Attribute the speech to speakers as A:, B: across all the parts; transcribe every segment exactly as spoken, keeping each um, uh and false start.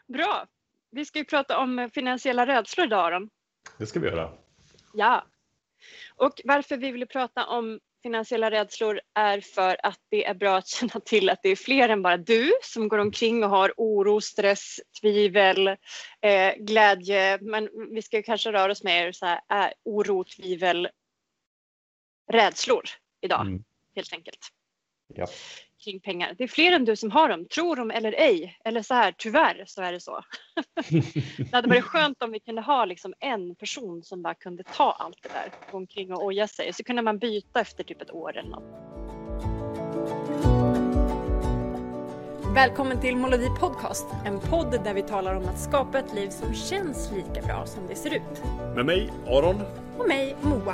A: bra. Vi ska ju prata om finansiella rädslor idag, Aron.
B: Det ska vi göra.
A: Ja. Och varför vi vill prata om finansiella rädslor är för att det är bra att känna till att det är fler än bara du som går omkring och har oro, stress, tvivel, eh, glädje. Men vi ska ju kanske röra oss med så här, äh, oro, tvivel, rädslor idag, mm. helt enkelt.
B: Ja.
A: Kring pengar. Det är fler än du som har dem, tror de eller ej. Eller så här, tyvärr så är det så. Det hade varit skönt om vi kunde ha liksom en person som bara kunde ta allt det där, gå omkring och oja sig. Så kunde man byta efter typ ett år eller något. Välkommen till Molodi Podcast, en podd där vi talar om att skapa ett liv som känns lika bra som det ser ut.
B: Med mig, Aron.
A: Och mig, Moa.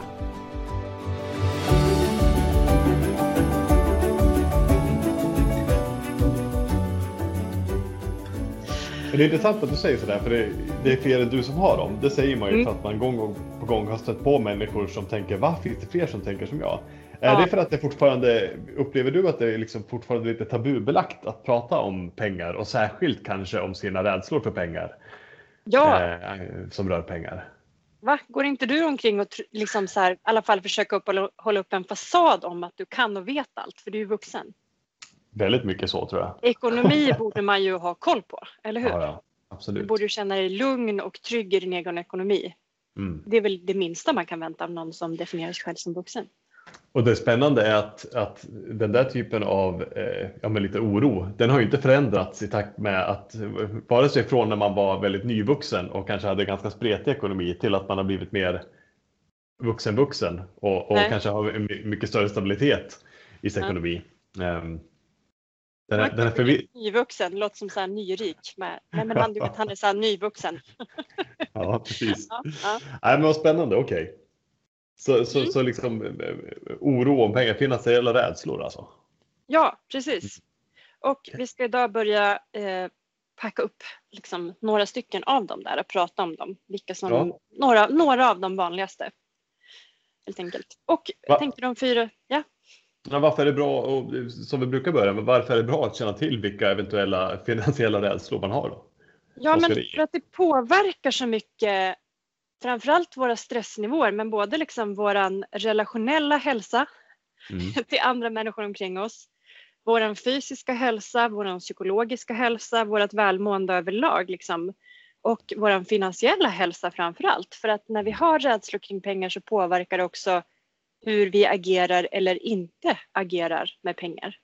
B: Det är intressant att du säger sådär, för det, det är fler än du som har dem. Det säger man ju
A: mm.
B: för att man gång, gång på gång har stött på människor som tänker, vad finns det fler som tänker som jag? Ja. Är det för att det fortfarande, upplever du att det är liksom fortfarande lite tabubelagt att prata om pengar och särskilt kanske om sina rädslor för pengar?
A: Ja.
B: Eh, som rör pengar.
A: Va? Går inte du omkring och liksom så här, i alla fall försöka upp, hålla upp en fasad om att du kan och vet allt, för du är vuxen?
B: Väldigt mycket så, tror jag.
A: Ekonomi borde man ju ha koll på, eller hur?
B: Ja, ja, absolut.
A: Du borde ju känna dig lugn och trygg i din egen ekonomi.
B: Mm.
A: Det är väl det minsta man kan vänta av någon som definierar sig själv som vuxen.
B: Och det spännande är att, att den där typen av eh, ja, men lite oro, den har ju inte förändrats i takt med att vare sig från när man var väldigt nyvuxen och kanske hade ganska spretig ekonomi till att man har blivit mer vuxen-vuxen och, och kanske har en mycket större stabilitet i sin ekonomi. Um, Den är, den är förvi-
A: nyvuxen, låter som så här nyrik. Med, nej men han, du vet, han är så här nyvuxen.
B: Ja, precis.
A: Ja, ja.
B: Nej, men vad spännande, okej. Okay. Så, så,
A: mm. så
B: liksom oro om pengar, finansiella rädslor alltså?
A: Ja, precis. Och vi ska idag börja eh, packa upp liksom, några stycken av dem där och prata om dem. Vilka som,
B: ja.
A: några, några av de vanligaste. Helt enkelt. Och
B: Va?
A: tänkte de fyra, ja.
B: Men varför är det bra, och som vi brukar börja, men varför är det bra att känna till vilka eventuella finansiella rädslor man har då?
A: Ja, men för att det påverkar så mycket, framförallt våra stressnivåer, men både liksom våran relationella hälsa mm. till andra människor omkring oss, våran fysiska hälsa, våran psykologiska hälsa, vårat välmående överlag liksom, och våran finansiella hälsa framförallt. För att när vi har rädslor kring pengar så påverkar det också hur vi agerar eller inte agerar med pengar.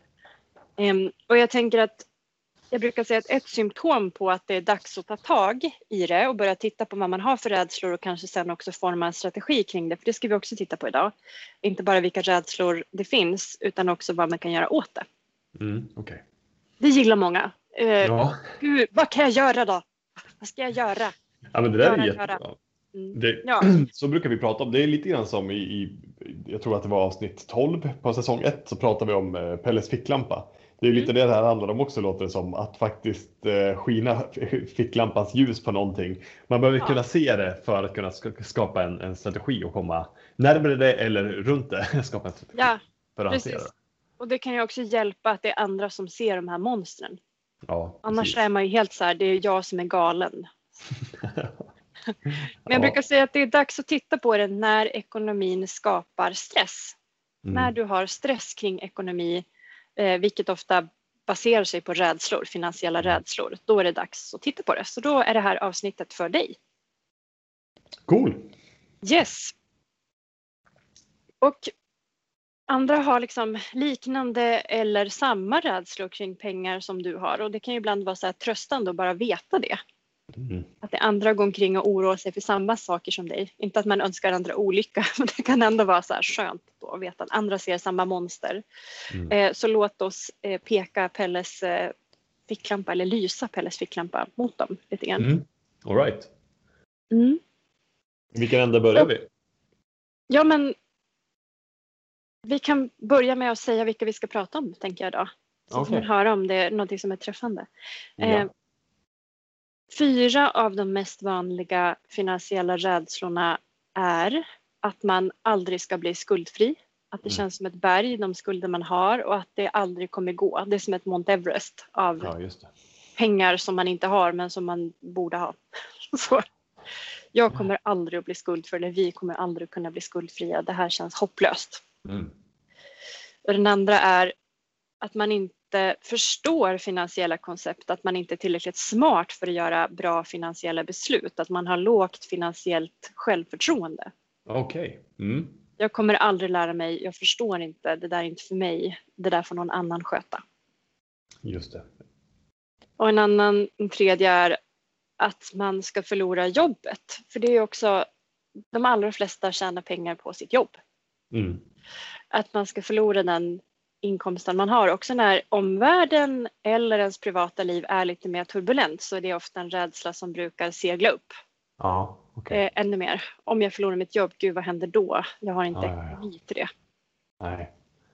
A: Um, och jag tänker att jag brukar säga att ett symptom på att det är dags att ta tag i det och börja titta på vad man har för rädslor och kanske sen också forma en strategi kring det. För det ska vi också titta på idag. Inte bara vilka rädslor det finns utan också vad man kan göra åt det.
B: Mm, okay.
A: Det gillar många. Uh,
B: ja.
A: hur, vad kan jag göra då? Vad ska jag göra?
B: Ja, men det där
A: göra,
B: är jättebra.
A: Mm.
B: Det,
A: ja.
B: Så brukar vi prata om. Det är lite grann som i, i jag tror att det var avsnitt tolv på säsong ett, så pratade vi om eh, Pelles ficklampa. Det är lite mm. det det här handlar om också, låter det som, att faktiskt eh, skina ficklampans ljus på någonting. Man behöver ja. kunna se det för att kunna skapa en, en strategi och komma närmare det eller runt det. skapa en strategi
A: ja,
B: för att
A: precis.
B: hantera det.
A: Och det kan ju också hjälpa att det är andra som ser de här monstren.
B: Ja,
A: annars är man ju helt så här, det är jag som är galen. Men jag brukar säga att det är dags att titta på det när ekonomin skapar stress. Mm. När du har stress kring ekonomi, eh, vilket ofta baserar sig på rädslor, finansiella mm. rädslor, då är det dags att titta på det. Så då är det här avsnittet för dig.
B: Cool.
A: Yes. Och andra har liksom liknande eller samma rädslor kring pengar som du har. Och det kan ju ibland vara så här tröstande att bara veta det. Mm. Att det andra går omkring och oroar sig för samma saker som dig. Inte att man önskar andra olycka, men det kan ändå vara så här skönt då att veta att andra ser samma monster. Mm. Eh, så låt oss eh, peka Pelles eh, ficklampa eller lysa Pelles ficklampa mot dem lite grann.
B: Mm. All right.
A: Mm.
B: Vilken ända börjar vi?
A: Ja, men vi kan börja med att säga vilka vi ska prata om, tänker jag då. Så okay. får man höra om det är något som är träffande.
B: Ja.
A: Eh, Fyra av de mest vanliga finansiella rädslorna är att man aldrig ska bli skuldfri. Att det mm. känns som ett berg, de skulder man har, och att det aldrig kommer gå. Det är som ett Mount Everest av
B: ja, just det.
A: pengar som man inte har men som man borde ha. Så. Jag kommer aldrig att bli skuldfri, eller vi kommer aldrig att kunna bli skuldfria. Det här känns hopplöst. Mm. Och den andra är att man inte förstår finansiella koncept, att man inte är tillräckligt smart för att göra bra finansiella beslut, att man har lågt finansiellt självförtroende.
B: Okej. Okay. Mm.
A: Jag kommer aldrig lära mig, jag förstår inte, det där är inte för mig, det där får någon annan sköta.
B: Just det.
A: Och en annan, en tredje är att man ska förlora jobbet. För det är också, de allra flesta tjänar pengar på sitt jobb. Mm. Att man ska förlora den inkomsten man har. Också när omvärlden eller ens privata liv är lite mer turbulent så är det ofta en rädsla som brukar segla upp.
B: Ja, okay.
A: eh, ännu mer. Om jag förlorar mitt jobb, gud vad händer då? Jag har inte
B: ja,
A: ekonomi till det.
B: Nej.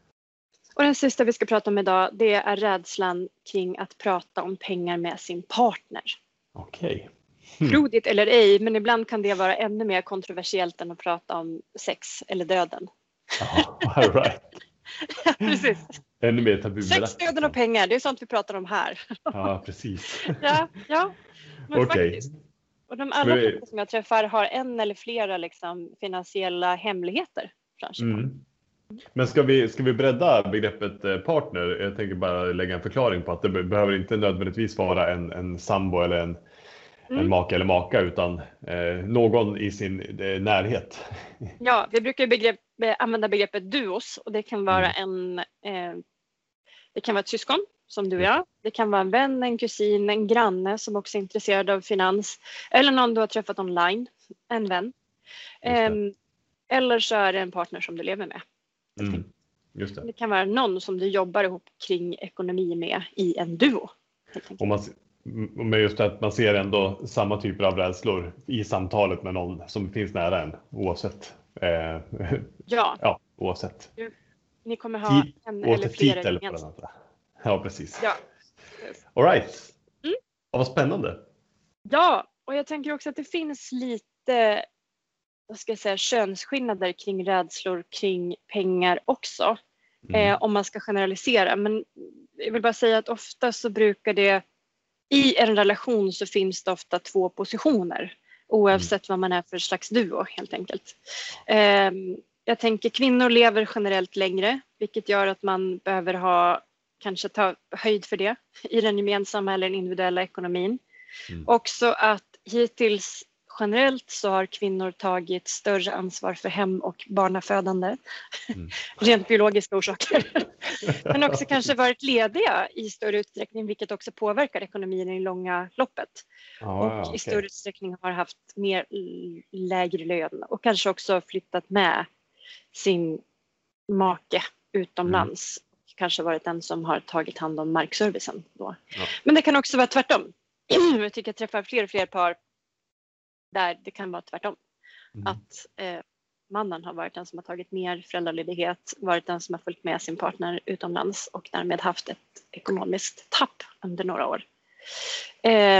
A: Och den sista vi ska prata om idag, det är rädslan kring att prata om pengar med sin partner.
B: Okej.
A: Okay. Tro det eller ej, men ibland kan det vara ännu mer kontroversiellt än att prata om sex eller döden.
B: Ja, all right.
A: Ja, precis.
B: Ännu mer tabubelagt.
A: Sex, döden och pengar, det är sånt vi pratar om här.
B: Ja, precis.
A: Ja, ja. Men
B: okay.
A: faktiskt. Och de allra flesta vi... som jag träffar har en eller flera liksom, finansiella hemligheter.
B: Mm. Men ska vi, ska vi bredda begreppet partner? Jag tänker bara lägga en förklaring på att det behöver inte nödvändigtvis vara en, en sambo eller en, mm. en make eller maka utan eh, någon i sin eh, närhet.
A: Ja, vi brukar begrepp, använda begreppet duos och det kan vara mm. en eh, det kan vara ett syskon som du och jag. Det kan vara en vän, en kusin, en granne som också är intresserad av finans eller någon du har träffat online, en vän. Eh, eller så är det en partner som du lever med.
B: Mm. Just det.
A: Det kan vara någon som du jobbar ihop kring ekonomi med i en duo.
B: Och man, men just att man ser ändå samma typer av rädslor i samtalet med någon som finns nära en oavsett. Eh,
A: ja.
B: ja, oavsett.
A: Ni kommer ha Tid, en eller flera
B: titel på den andra. Ja, precis. Ja. All right. Mm. Ja, vad spännande.
A: Ja, och jag tänker också att det finns lite vad ska jag säga, könsskillnader kring rädslor kring pengar också. Mm. Eh, om man ska generalisera. Men jag vill bara säga att ofta så brukar det i en relation så finns det ofta två positioner. Oavsett mm. vad man är för slags duo helt enkelt. Eh, jag tänker kvinnor lever generellt längre. Vilket gör att man behöver ha kanske ta höjd för det i den gemensamma eller den individuella ekonomin. Mm. Också att hittills generellt så har kvinnor tagit större ansvar för hem och barnafödande. Mm. Rent biologiska orsaker. Men också kanske varit lediga i större utsträckning vilket också påverkar ekonomin i långa loppet.
B: Ah,
A: och
B: okay.
A: i större utsträckning har haft mer lägre lön och kanske också flyttat med sin make utomlands. Mm. Kanske varit den som har tagit hand om markservicen då. Ja. Men det kan också vara tvärtom. Jag tycker jag träffar fler och fler par där det kan vara tvärtom. Mm. Att eh, mannen har varit den som har tagit mer föräldraledighet, varit den som har följt med sin partner utomlands och därmed haft ett ekonomiskt tapp under några år. Eh,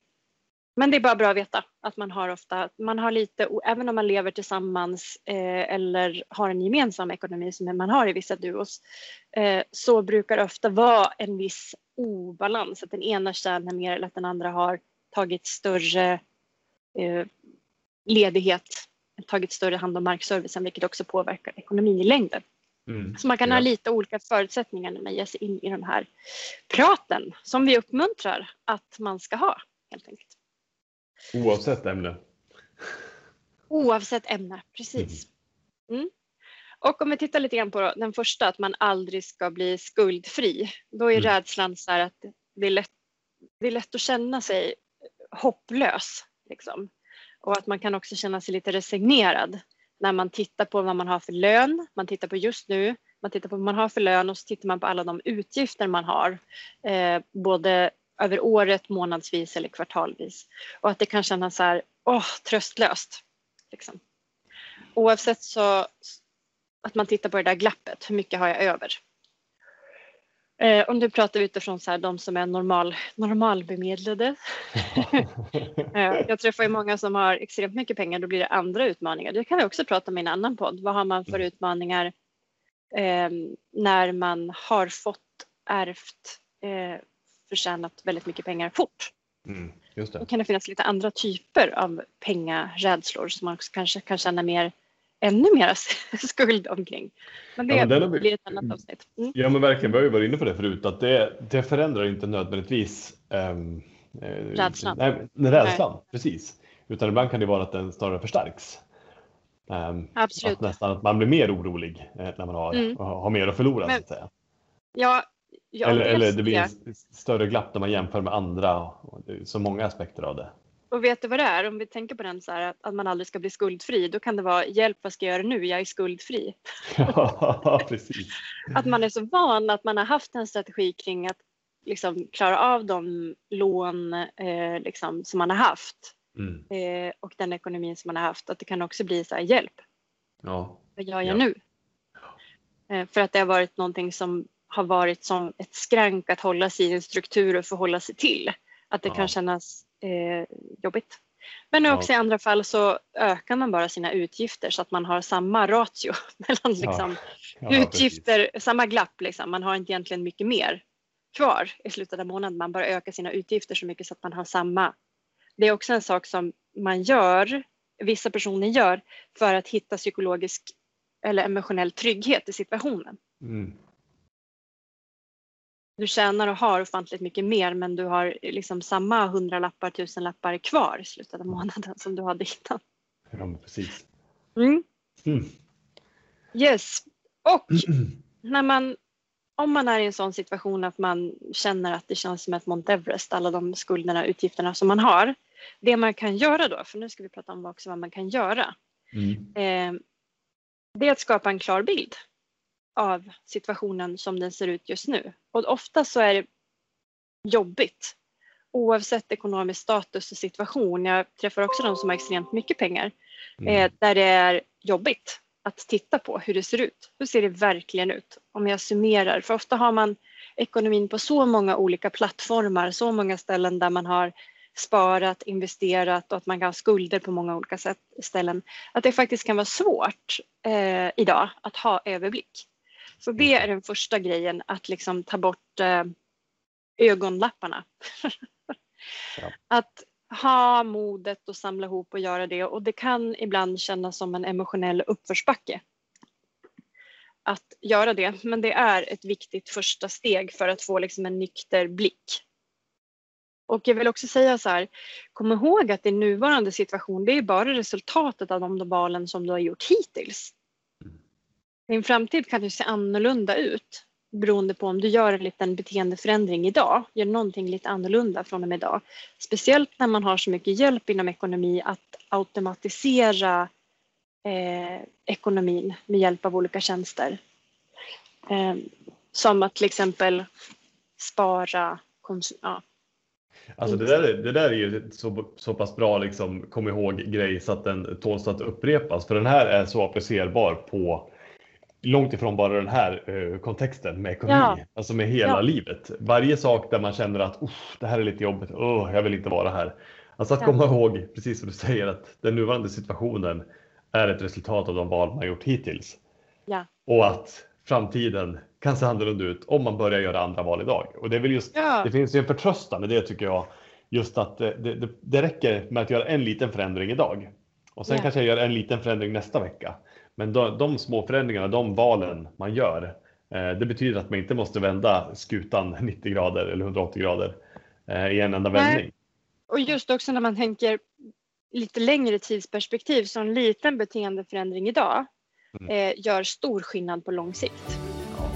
A: men det är bara bra att veta att man har ofta, man har lite, även om man lever tillsammans eh, eller har en gemensam ekonomi som man har i vissa duos, eh, så brukar det ofta vara en viss obalans, att den ena tjänar mer eller att den andra har tagit större Eh, ledighet, tagit större hand om markservicen vilket också påverkar ekonomin i längden. Mm, så man kan ja. ha lite olika förutsättningar när man ger sig in i de här praten som vi uppmuntrar att man ska ha helt enkelt.
B: Oavsett ämne.
A: Oavsett ämne, precis. Mm. Mm. Och om vi tittar lite grann på den första, att man aldrig ska bli skuldfri. Då är mm. rädslan så här att det är lätt, det är lätt att känna sig hopplös. Liksom. Och att man kan också känna sig lite resignerad när man tittar på vad man har för lön. Man tittar på just nu, man tittar på vad man har för lön och så tittar man på alla de utgifter man har. Eh, både över året, månadsvis eller kvartalvis. Och att det kan kännas så här, åh, tröstlöst. Liksom. Oavsett så att man tittar på det där glappet, hur mycket har jag över? Eh, om du pratar utifrån så här, de som är normal, normalbemedlade. eh, jag träffar ju många som har extremt mycket pengar, då blir det andra utmaningar. Det kan vi också prata om i en annan podd. Vad har man för mm. utmaningar eh, när man har fått ärvt eh, förtjänat väldigt mycket pengar fort.
B: Mm, just det.
A: Då kan det finnas lite andra typer av pengarädslor som man också kanske kan känna mer, ännu mer skuld omkring. Men det, ja, men blir ett annat avsnitt. Mm.
B: Ja, men verkligen, vi har ju varit inne på det förut, att det, det förändrar inte nödvändigtvis um,
A: rädslan.
B: Nej, rädslan, nej. Precis. Utan ibland kan det vara att den snarare förstärks. Um,
A: Absolut.
B: Att nästan att man blir mer orolig eh, när man har, mm. har mer att förlora, men, så att säga.
A: Ja, ja,
B: eller, eller det blir en större glapp när man jämför med andra, och det är så många aspekter av det.
A: Och vet du vad det är? Om vi tänker på den så här, att, att man aldrig ska bli skuldfri, då kan det vara hjälp, vad ska jag göra nu? Jag är skuldfri.
B: Ja, precis.
A: Att man är så van att man har haft en strategi kring att liksom klara av de lån eh, liksom, som man har haft. Mm. Eh, och den ekonomin som man har haft, att det kan också bli så här, hjälp.
B: Ja.
A: Vad gör jag
B: ja.
A: nu? Eh, för att det har varit någonting som har varit som ett skrank att hålla sig i en struktur och förhålla sig till. Att det ja. kan kännas eh, jobbigt. Men också ja. i andra fall så ökar man bara sina utgifter så att man har samma ratio mellan liksom, ja. Ja, utgifter, precis. Samma glapp. Liksom. Man har inte egentligen mycket mer kvar i slutet av månaden. Man bara ökar sina utgifter så mycket så att man har samma. Det är också en sak som man gör, vissa personer gör, för att hitta psykologisk eller emotionell trygghet i situationen. Mm. Du tjänar och har ofantligt mycket mer, men du har liksom samma hundralappar, tusenlappar kvar i slutet av månaden som du hade innan.
B: Ja, men precis.
A: Mm. Mm. Yes. Och när man, om man är i en sån situation att man känner att det känns som ett Mount Everest, alla de skulderna, utgifterna som man har. Det man kan göra då, för nu ska vi prata om också vad man kan göra. Mm. Eh, det är att skapa en klar bild av situationen som den ser ut just nu. Och ofta så är det jobbigt. Oavsett ekonomisk status och situation. Jag träffar också de som har extremt mycket pengar. Mm. Eh, där det är jobbigt att titta på hur det ser ut. Hur ser det verkligen ut? Om jag summerar. För ofta har man ekonomin på så många olika plattformar. Så många ställen där man har sparat, investerat och att man kan ha skulder på många olika sätt, ställen. Att det faktiskt kan vara svårt eh, idag att ha överblick. Så det är den första grejen, att liksom ta bort eh, ögonlapparna. Ja. Att ha modet och samla ihop och göra det. Och det kan ibland kännas som en emotionell uppförsbacke att göra det. Men det är ett viktigt första steg för att få liksom en nykter blick. Och jag vill också säga så här, kom ihåg att din nuvarande situation, det är bara resultatet av de valen som du har gjort hittills. Din framtid kan ju se annorlunda ut beroende på om du gör en liten beteendeförändring idag. Gör någonting lite annorlunda från och med idag. Speciellt när man har så mycket hjälp inom ekonomi att automatisera eh, ekonomin med hjälp av olika tjänster. Eh, som att till exempel spara, konsum- ja.
B: Alltså det där, det där är ju så, så pass bra liksom, kom ihåg grej så att den tåls att upprepas. För den här är så applicerbar på långt ifrån bara den här uh, kontexten med ekonomi. Ja. Alltså med hela ja. livet. Varje sak där man känner att det här är lite jobbigt, oh, jag vill inte vara här. Alltså att ja. komma ihåg, precis som du säger, att den nuvarande situationen är ett resultat av de val man har gjort hittills.
A: Ja.
B: Och att framtiden kan se annorlunda ut om man börjar göra andra val idag. Och det är väl just, ja. det finns ju en förtröstan i det, tycker jag. Just att det, det, det räcker med att göra en liten förändring idag. Och sen ja. kanske jag gör en liten förändring nästa vecka. Men de, de små förändringarna, de valen man gör, eh, det betyder att man inte måste vända skutan nittio grader eller hundraåttio grader eh, i en enda vändning.
A: Och just också när man tänker lite längre tidsperspektiv, så en liten beteendeförändring idag mm. eh, gör stor skillnad på lång sikt.
B: Ja.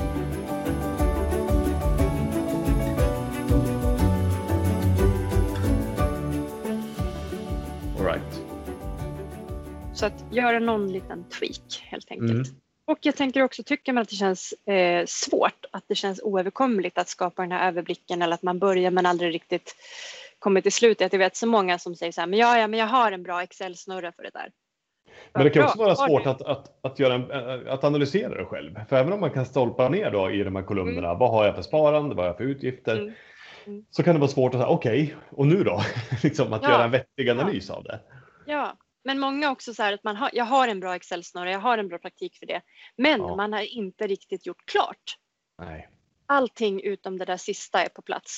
B: All right.
A: Så att göra någon liten tweak helt enkelt. Mm. Och jag tänker också, tycker man att det känns eh, svårt, att det känns oöverkomligt att skapa den här överblicken, eller att man börjar men aldrig riktigt kommer till slut. Jag vet så många som säger så här, men ja, ja men jag har en bra Excel-snurra för det där.
B: Men det kan också vara svårt att, att, att, göra en, att analysera det själv. För även om man kan stolpa ner då i de här kolumnerna, mm. vad har jag för sparande, vad har jag för utgifter, mm. Mm. så kan det vara svårt att säga, okej, okay, och nu då? liksom att ja. göra en vettig analys
A: ja.
B: av det.
A: Ja. Men många också så här att man har, jag har en bra Excel-snurra, jag har en bra praktik för det. Men ja. man har inte riktigt gjort klart.
B: Nej.
A: Allting utom det där sista är på plats.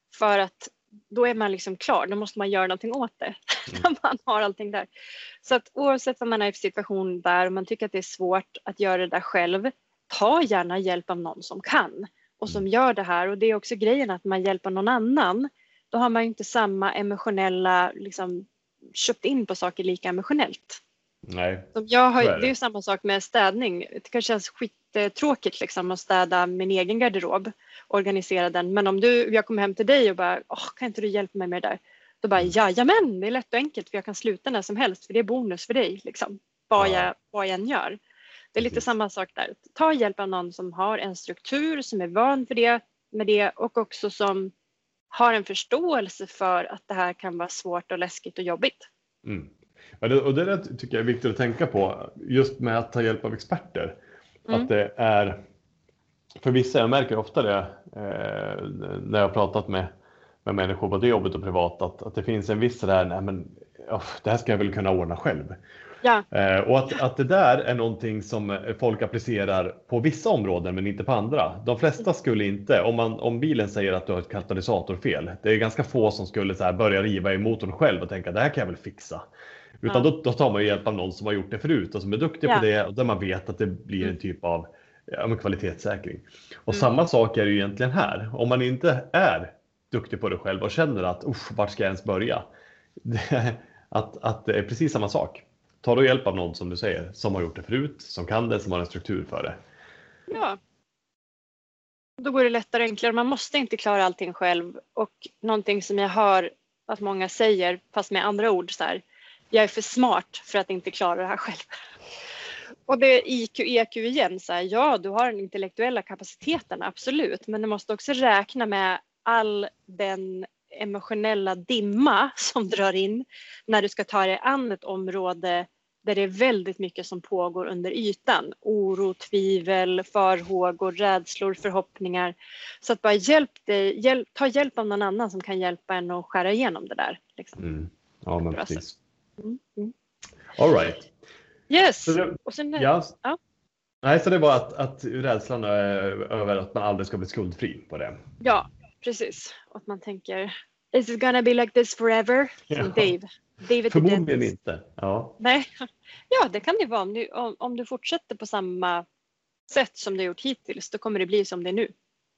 A: För att då är man liksom klar, då måste man göra någonting åt det. Mm. När man har allting där. Så att oavsett vad man är i situation där och man tycker att det är svårt att göra det där själv, ta gärna hjälp av någon som kan och som gör det här. Och det är också grejen att man hjälper någon annan. Då har man ju inte samma emotionella, liksom köpt in på saker lika emotionellt.
B: Nej.
A: Som jag har, det är ju samma sak med städning. Det kanske känns skittråkigt liksom att städa min egen garderob, organisera den. Men om du, jag kommer hem till dig och bara, åh, kan inte du hjälpa mig med det där? Då bara, jajamän, det är lätt och enkelt för jag kan sluta när som helst för det är bonus för dig liksom. Vad jag, vad jag än gör. Det är lite samma sak där. Ta hjälp av någon som har en struktur, som är van för det, med det och också som har en förståelse för att det här kan vara svårt och läskigt och jobbigt.
B: Mm. Ja, det, och det där tycker jag är viktigt att tänka på just med att ta hjälp av experter. Mm. Att det är, för vissa, jag märker ofta det eh, när jag har pratat med, med människor både jobbet och privat, att, att det finns en viss där, nej men oh, det här ska jag väl kunna ordna själv.
A: Ja.
B: Eh, och att, att det där är någonting som folk applicerar på vissa områden men inte på andra. De flesta skulle inte, om, man, om bilen säger att du har ett katalysatorfel, det är ganska få som skulle så här börja riva i motorn själv och tänka det här kan jag väl fixa. Utan ja. då, då tar man ju hjälp av någon som har gjort det förut och som är duktig ja. på det och där man vet att det blir en typ av ja, kvalitetssäkring. Och mm. samma sak är det ju egentligen här. Om man inte är duktig på det själv och känner att usch, vart ska jag ens börja? Det, att, att det är precis samma sak. Ta då hjälp av någon som du säger, som har gjort det förut, som kan det, som har en struktur för det.
A: Ja. Då går det lättare och enklare. Man måste inte klara allting själv. Och någonting som jag hör att många säger, fast med andra ord så här, jag är för smart för att inte klara det här själv. Och det är I Q, E Q igen. Så här, ja, du har den intellektuella kapaciteten, absolut. Men du måste också räkna med all den emotionella dimma som drar in när du ska ta dig an ett område där det är väldigt mycket som pågår under ytan. Oro, tvivel, farhågor, rädslor, förhoppningar. Så att bara hjälp dig, hjälp, ta hjälp av någon annan som kan hjälpa en att skära igenom det där. Liksom.
B: Mm. Ja, men precis.
A: Mm. Mm.
B: All right.
A: Yes.
B: Så det,
A: och sen,
B: ja.
A: Ja.
B: Nej, så det var att, att rädslan över att man aldrig ska bli skuldfri på det.
A: Ja, precis. Och att man tänker, is it gonna be like this forever?
B: Ja.
A: Som Dave. David
B: Förmodligen inte. Ja.
A: Nej. Ja, det kan det vara. Om du, om, om du fortsätter på samma sätt som du gjort hittills, då kommer det bli som det är nu.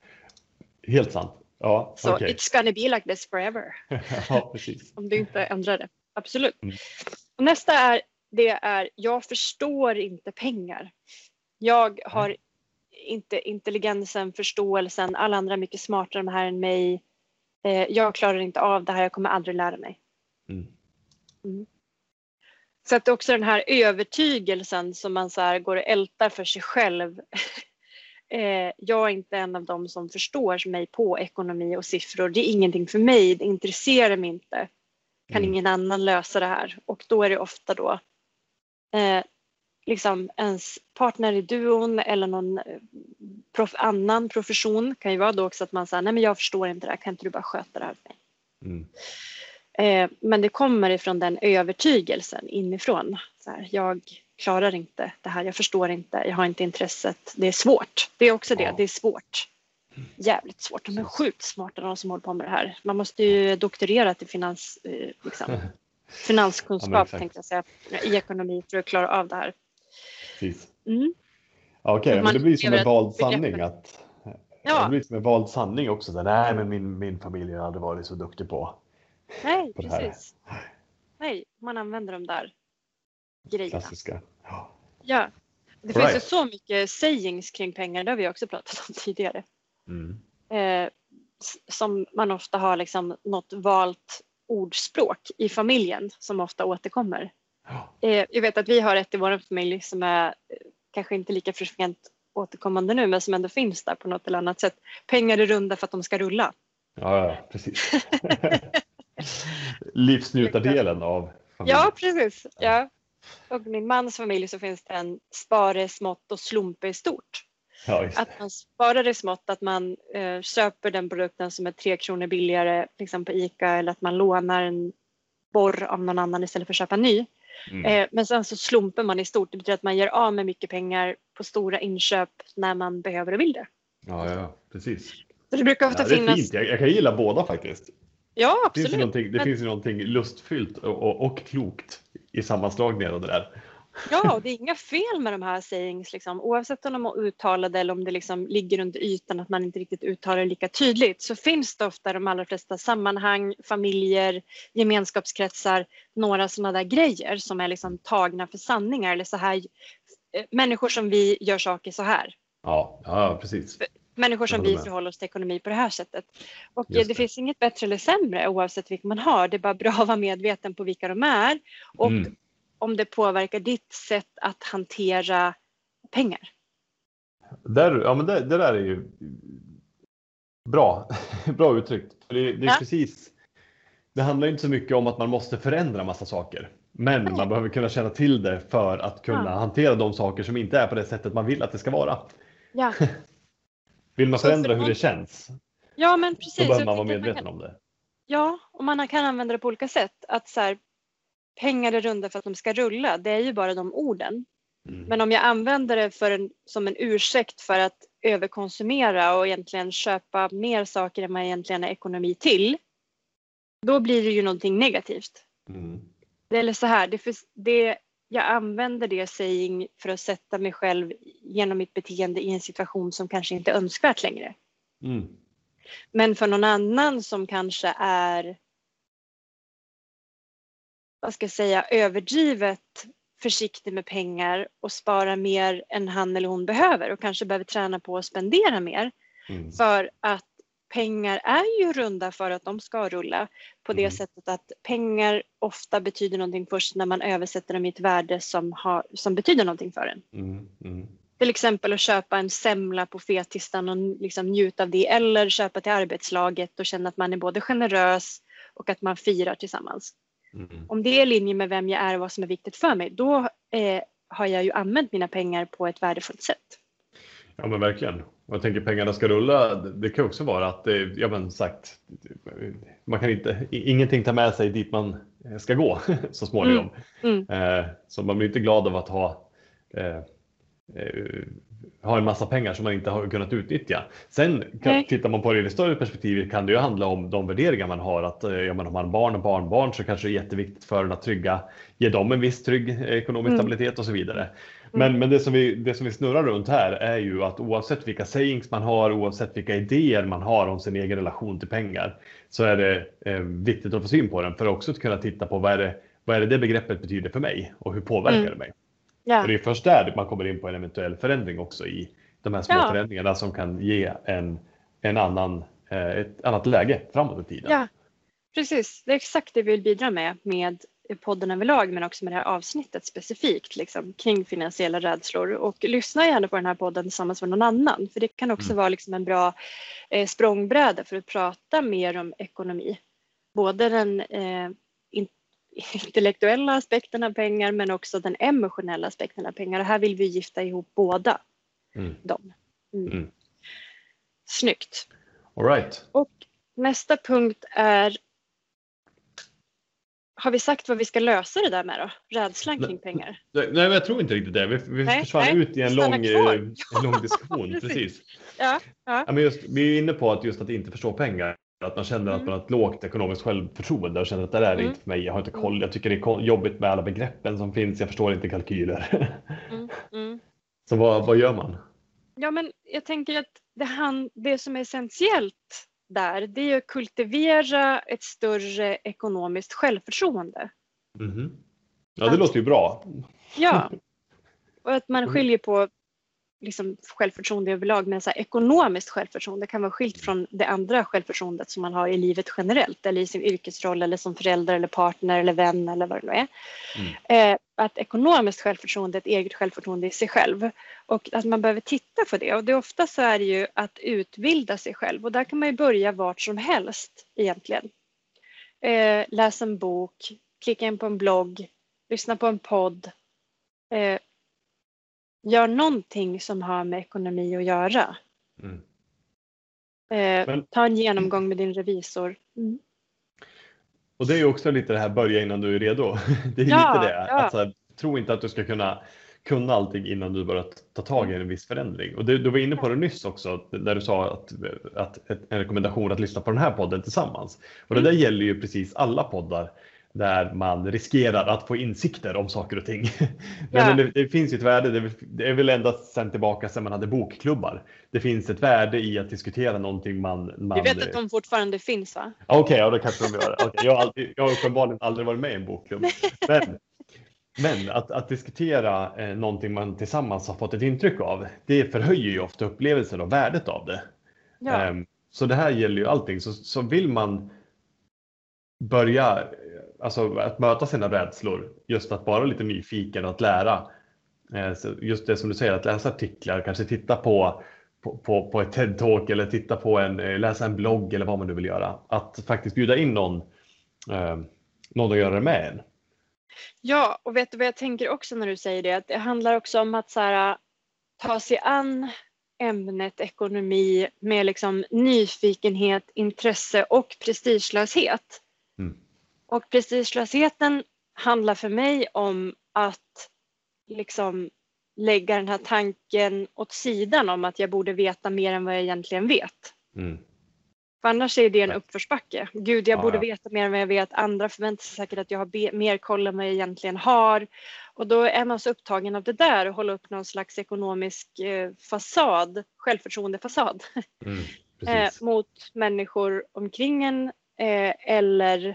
B: Helt sant. Ja,
A: så
B: okay.
A: It's gonna be like this forever.
B: Ja, precis.
A: Om du inte ändrar det. Absolut.
B: Mm.
A: Och nästa är, det är, jag förstår inte pengar. Jag har mm. inte intelligensen, förståelsen. Alla andra är mycket smartare än här än mig. Eh, jag klarar inte av det här. Jag kommer aldrig lära mig.
B: Mm.
A: Mm. Så att också den här övertygelsen som man så här går och ältar för sig själv. eh, jag är inte en av dem som förstår mig på ekonomi och siffror. Det är ingenting för mig. Det intresserar mig inte. Kan mm. ingen annan lösa det här? Och då är det ofta då eh, liksom ens partner i duon eller någon prof, annan profession kan ju vara då också att man säger nej men jag förstår inte det här, kan inte du bara sköta det här för mig?
B: Mm.
A: Eh, men det kommer ifrån den övertygelsen inifrån. Så här, jag klarar inte det här, jag förstår inte, jag har inte intresset, det är svårt. Det är också det, ja. det är svårt. Jävligt svårt, de är sjukt smarta de som håller på med det här. Man måste ju doktorera till finans, eh, liksom. finanskunskap ja, tänkte jag säga, i ekonomi för att klara av det här.
B: Precis.
A: Mm.
B: Ja, okej, okay, men det blir som en vald sanning att
A: ja.
B: det blir som en vald sanning också där, nej men min, min familj har aldrig varit så duktig på.
A: Nej,
B: på
A: precis. Nej, man använder de där grejerna.
B: Klassiska. Ja.
A: Ja. Det
B: right.
A: finns ju så mycket sayings kring pengar, det har vi också pratat om tidigare.
B: Mm.
A: Eh, som man ofta har liksom något valt ordspråk i familjen som ofta återkommer. Eh, jag vet att vi har ett i vår familj som är eh, kanske inte lika frekvent återkommande nu men som ändå finns där på något eller annat sätt. Pengar är runda för att de ska rulla.
B: Ja, ja precis. Livsnjutardelen av familjen.
A: Ja, precis. Ja. Och min mans familj så finns det en spare, smått och slumpe i stort.
B: Ja, just det.
A: Att man sparar i smått, att man eh, köper den produkten som är tre kronor billigare liksom på ICA eller att man lånar en borr av någon annan istället för att köpa ny. Mm. Eh, men sen så slumpar man i stort. Det betyder att man ger av med mycket pengar på stora inköp när man behöver och vill det.
B: Ja, ja, precis.
A: Så det brukar ofta
B: ja, det är
A: finnas...
B: fint. Jag, jag kan gilla båda faktiskt.
A: Ja,
B: Det
A: absolut.
B: finns ju någonting, det
A: Men...
B: finns ju någonting lustfyllt och, och, och klokt i sammanslagningen av det där.
A: Ja, och det är inga fel med de här sayings, liksom. Oavsett om de är uttalade eller om det liksom ligger under ytan att man inte riktigt uttalar det lika tydligt, så finns det ofta i de allra flesta sammanhang, familjer, gemenskapskretsar, några sådana där grejer som är liksom tagna för sanningar, eller så här, människor som vi gör saker så här.
B: Ja, ja precis.
A: Människor som vi förhåller oss till ekonomi på det här sättet. Och det. det finns inget bättre eller sämre oavsett vilka man har. Det är bara bra att vara medveten på vilka de är. Och mm. om det påverkar ditt sätt att hantera pengar.
B: Där, ja, men det, det där är ju bra, bra uttryckt. För det, det är ja. precis, det handlar inte så mycket om att man måste förändra massa saker. Men Nej. man behöver kunna känna till det för att kunna ja. hantera de saker som inte är på det sättet man vill att det ska vara.
A: Ja.
B: Vill man förändra hur det känns?
A: Ja, men precis.
B: Då behöver man vara medveten kan... om det.
A: Ja, och man kan använda det på olika sätt. Att så här, pengar är runda för att de ska rulla. Det är ju bara de orden. Mm. Men om jag använder det för en, som en ursäkt för att överkonsumera och egentligen köpa mer saker än man egentligen har ekonomi till. Då blir det ju någonting negativt. Mm. Det är så här, det, det, jag använder det saying för att sätta mig själv genom mitt beteende i en situation som kanske inte är önskvärt längre. Mm. Men för någon annan som kanske är, vad ska jag säga, överdrivet försiktig med pengar och spara mer än han eller hon behöver och kanske behöver träna på att spendera mer. Mm. För att pengar är ju runda för att de ska rulla på det mm. sättet att pengar ofta betyder någonting först när man översätter dem i ett värde som, har, som betyder någonting för en. Mm. Mm. Till exempel att köpa en semla på fetistan och liksom njuta av det, eller köpa till arbetslaget och känna att man är både generös och att man firar tillsammans. Mm. Om det är i linje med vem jag är och vad som är viktigt för mig, då eh, har jag ju använt mina pengar på ett värdefullt sätt.
B: Ja, men verkligen. Och jag tänker pengarna ska rulla, det kan också vara att, ja men sagt, man kan inte, ingenting tar med sig dit man ska gå så småningom. Mm. Mm. Eh, så man blir inte glad av att ha eh, eh, ha en massa pengar som man inte har kunnat utnyttja. Sen kan, tittar man på det i det större perspektivet kan det ju handla om de värderingar man har. Att ja, men om man har barn och barnbarn så kanske det är jätteviktigt för en att trygga, ge dem en viss trygg ekonomisk mm. stabilitet och så vidare. Men, mm. men det, som vi, det som vi snurrar runt här är ju att oavsett vilka sayings man har, oavsett vilka idéer man har om sin egen relation till pengar, så är det eh, viktigt att få syn på den för också att kunna titta på vad är det, vad är det, det begreppet betyder för mig och hur påverkar mm. det mig. Ja. För det är först där man kommer in på en eventuell förändring också i de här små ja. förändringarna som kan ge en, en annan, ett annat läge framåt i tiden.
A: Ja, precis. Det är exakt det vi vill bidra med med podden överlag, men också med det här avsnittet specifikt liksom, kring finansiella rädslor. Och lyssna gärna på den här podden tillsammans med någon annan. För det kan också mm. vara liksom en bra eh, språngbräda för att prata mer om ekonomi. Både den eh, intellektuella aspekten av pengar men också den emotionella aspekten av pengar. Och här vill vi gifta ihop båda mm. dem. Mm. Mm. Snyggt.
B: All right.
A: Och nästa punkt är, har vi sagt vad vi ska lösa det där med då? Rädslan kring pengar?
B: Nej, nej jag tror inte riktigt det. Vi, vi nej, försvann nej. ut i en lång, en lång diskussion. precis. precis.
A: Ja, ja.
B: Ja, men just, vi är inne på att just att inte förstå pengar. Att man känner mm. att man har ett lågt ekonomiskt självförtroende och känner att det där är mm. inte för mig. Jag har inte koll. Jag tycker det är jobbigt med alla begreppen som finns. Jag förstår inte kalkyler. Mm. Mm. Så vad, vad gör man?
A: Ja, men jag tänker att det, han, det som är essentiellt där, det är att kultivera ett större ekonomiskt självförtroende.
B: Mm. Ja, det att, låter ju bra.
A: Ja, och att man skiljer på liksom självförtroende överlag, men så här, ekonomiskt självförtroende kan vara skilt från det andra självförtroendet som man har i livet generellt eller i sin yrkesroll eller som förälder eller partner eller vän eller vad det nu är. Mm. Eh, att ekonomiskt självförtroende är ett eget självförtroende i sig själv och att man behöver titta på det, och det ofta så är det ju att utbilda sig själv, och där kan man ju börja vart som helst egentligen. Eh, läsa en bok, klicka in på en blogg, lyssna på en podd, eh, gör någonting som har med ekonomi att göra. Mm. Eh, Men, ta en genomgång med din revisor. Mm.
B: Och det är ju också lite det här, börja innan du är redo. Det är ja, lite det. Ja. Alltså, tro inte att du ska kunna kunna allting innan du börjar ta tag i en viss förändring. Och du, du var inne på det nyss också, där du sa att, att en rekommendation att lyssna på den här podden tillsammans. Och det där mm. gäller ju precis alla poddar där man riskerar att få insikter om saker och ting. Men ja. det, det finns ju ett värde, det, det är väl ända sedan tillbaka sedan man hade bokklubbar. Det finns ett värde i att diskutera någonting man... man...
A: Du vet att de fortfarande finns, va?
B: Okej, okay, ja, det kanske de gör. Okay, jag, har alltid, jag har uppenbarligen aldrig varit med i en bokklubb. Men, men att, att diskutera eh, någonting man tillsammans har fått ett intryck av, det förhöjer ju ofta upplevelsen och värdet av det. Ja. Um, så det här gäller ju allting. Så, så vill man börja... Alltså att möta sina rädslor, just att vara lite nyfiken och att lära. Just det som du säger, att läsa artiklar, kanske titta på, på, på, på ett TED-talk eller titta på en, läsa en blogg eller vad man nu vill göra. Att faktiskt bjuda in någon, eh, någon att göra det med en.
A: Ja, och vet du vad jag tänker också när du säger det? Att det handlar också om att så här, ta sig an ämnet ekonomi med liksom nyfikenhet, intresse och prestigelöshet. Mm. Och prestigelösheten handlar för mig om att liksom lägga den här tanken åt sidan om att jag borde veta mer än vad jag egentligen vet. Mm. För annars är det en uppförsbacke. Gud, jag ja, borde ja. veta mer än vad jag vet. Andra förväntar sig säkert att jag har be- mer koll än vad jag egentligen har. Och då är man så upptagen av det där och hålla upp någon slags ekonomisk eh, fasad, självförtroendefasad mm, eh, mot människor omkring en eh, eller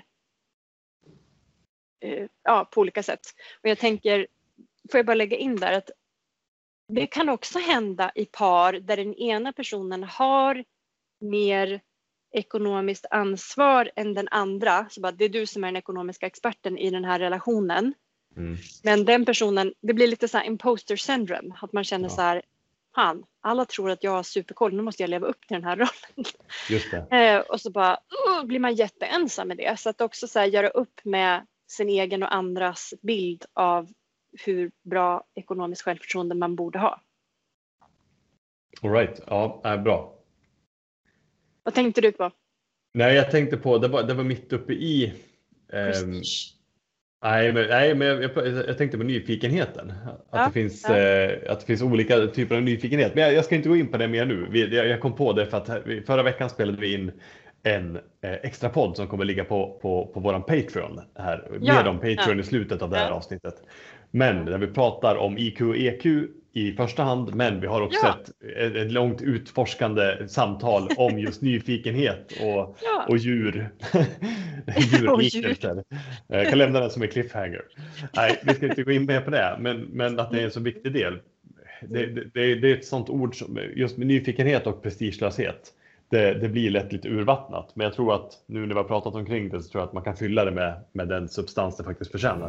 A: ja, på olika sätt. Och jag tänker, får jag bara lägga in där att det kan också hända i par där den ena personen har mer ekonomiskt ansvar än den andra. Så bara, det är du som är den ekonomiska experten i den här relationen. Mm. Men den personen, det blir lite så här imposter syndrome. Att man känner ja. så här, fan, alla tror att jag har superkoll, nu måste jag leva upp till den här rollen.
B: Just det.
A: Eh, och så bara, uh, blir man jätteensam med det. Så att också så här, göra upp med sin egen och andras bild av hur bra ekonomiskt självförtroende man borde ha.
B: All right, ja, är bra.
A: Vad tänkte du på?
B: Nej, jag tänkte på, det var, det var mitt uppe i... Ehm, nej, men, nej, men jag, jag, jag tänkte på nyfikenheten. Att, ja, det finns, ja. eh, att det finns olika typer av nyfikenhet. Men jag, jag ska inte gå in på det mer nu. Vi, jag, jag kom på det för att här, förra veckan spelade vi in en eh, extra podd som kommer ligga på, på, på våran Patreon här. Ja, mer om Patreon ja. i slutet av det här ja. avsnittet. Men där vi pratar om I Q och E Q i första hand, men vi har också ja. ett, ett långt utforskande samtal om just nyfikenhet och, ja. och djur. Djurliknelser. Jag kan lämna den som en cliffhanger. Nej, vi ska inte gå in mer på det, men, men att det är en så viktig del. Det, det, det är ett sånt ord som just med nyfikenhet och prestigelöshet. Det, det blir lätt lite urvattnat, men jag tror att nu när vi har pratat omkring det så tror jag att man kan fylla det med, med den substans det faktiskt förtjänar.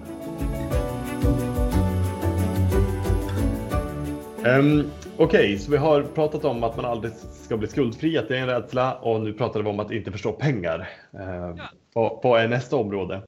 B: Um, Okej, okay, så vi har pratat om att man aldrig ska bli skuldfri, att det är en rädsla, och nu pratar vi om att inte förstå pengar. Uh, ja. vad, vad är nästa område?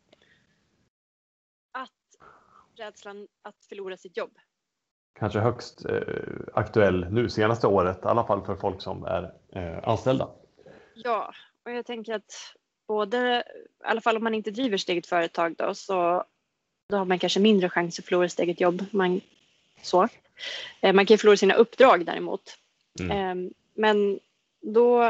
A: Att rädslan att förlora sitt jobb.
B: Kanske högst eh, aktuell nu senaste året, i alla fall för folk som är eh, anställda.
A: Ja, och jag tänker att både, i alla fall om man inte driver sitt eget företag då, så då har man kanske mindre chans att förlora sitt eget jobb. Man, så. Eh, man kan ju förlora sina uppdrag däremot. Mm. Eh, men då,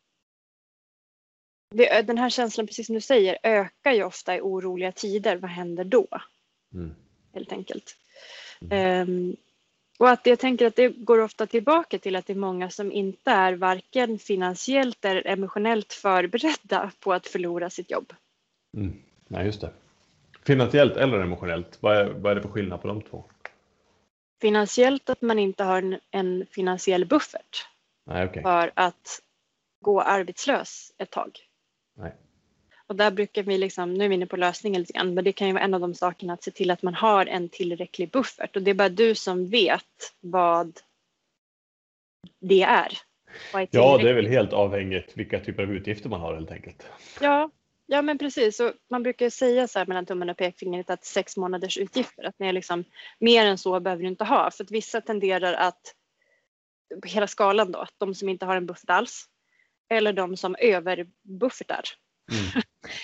A: det, den här känslan, precis som du säger, ökar ju ofta i oroliga tider. Vad händer då? Mm. Helt enkelt. Mm. Eh, Och att jag tänker att det går ofta tillbaka till att det är många som inte är varken finansiellt eller emotionellt förberedda på att förlora sitt jobb.
B: Mm. Nej, just det. Finansiellt eller emotionellt, vad är, vad är det för skillnad på de två?
A: Finansiellt att man inte har en, en finansiell buffert.
B: Nej, okay.
A: För att gå arbetslös ett tag.
B: Nej.
A: Och där brukar vi liksom, nu är vi inne på lösningen lite grann, men det kan ju vara en av de sakerna att se till att man har en tillräcklig buffert. Och det är bara du som vet vad det är. Vad är
B: ja, det är väl helt avhängigt vilka typer av utgifter man har helt enkelt.
A: Ja, ja men precis. Och man brukar säga så här mellan tummen och pekfingret att sex månaders utgifter, att det är liksom mer än så behöver du inte ha. För att vissa tenderar att, på hela skalan då, att de som inte har en buffert alls, eller de som överbuffertar. Mm.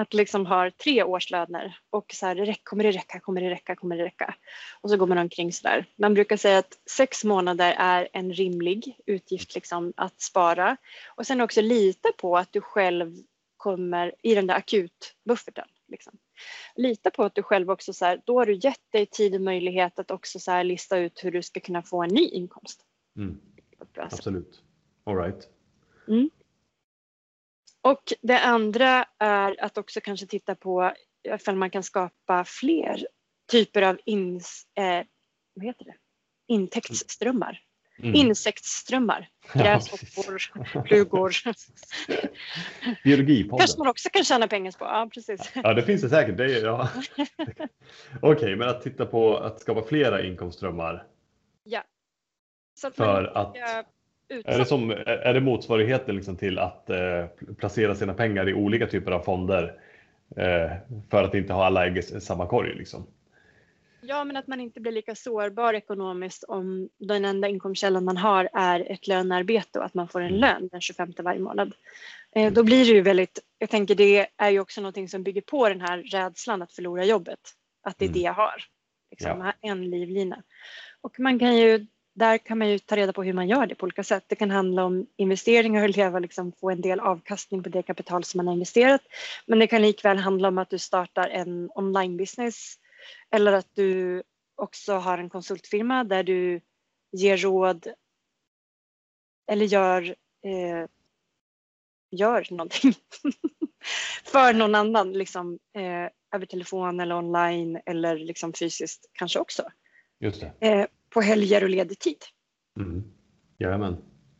A: att liksom har tre årslöner och så här, kommer det räcka, kommer det räcka, kommer det räcka? Och så går man omkring så där. Man brukar säga att sex månader är en rimlig utgift liksom att spara. Och sen också lita på att du själv kommer i den där akutbufferten. Liksom. Lita på att du själv också så här, då har du gett dig tid och möjlighet att också så här lista ut hur du ska kunna få en ny inkomst.
B: Mm. Absolut. All right.
A: Mm. Och det andra är att också kanske titta på ifall man kan skapa fler typer av ins, eh, vad heter det? intäktsströmmar. Mm. Insektsströmmar. Gräshoppor, flugor.
B: Biologipodden.
A: Kanske man också kan tjäna pengar på. Ja, precis.
B: Ja, det finns det säkert. Det är, ja. Okej, okay, men att titta på att skapa flera inkomstströmmar.
A: Ja. Så att
B: för att är det, som, är det motsvarigheten liksom till att eh, placera sina pengar i olika typer av fonder eh, för att inte ha alla ägg i samma korg liksom?
A: Ja, men att man inte blir lika sårbar ekonomiskt om den enda inkomstkällan man har är ett lönearbete och att man får en lön den tjugofemte varje månad. Eh, då blir det ju väldigt, jag tänker det är ju också någonting som bygger på den här rädslan att förlora jobbet. Att det är det jag har. Liksom, ja. En livlina. Och man kan ju, där kan man ju ta reda på hur man gör det på olika sätt. Det kan handla om investeringar och leva, liksom, få en del avkastning på det kapital som man har investerat. Men det kan likväl handla om att du startar en online business. Eller att du också har en konsultfirma där du ger råd eller gör, eh, gör någonting för någon annan liksom, eh, över telefon eller online eller liksom fysiskt kanske också.
B: Just det.
A: Eh, på helger och ledig tid.
B: Mm. Jajamän.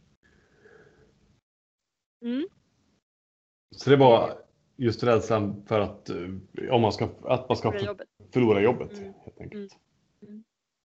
A: Mm.
B: Så det var just rädslan för att om man ska att man ska
A: förlora jobbet,
B: förlora jobbet
A: mm.
B: helt enkelt.
A: Mm.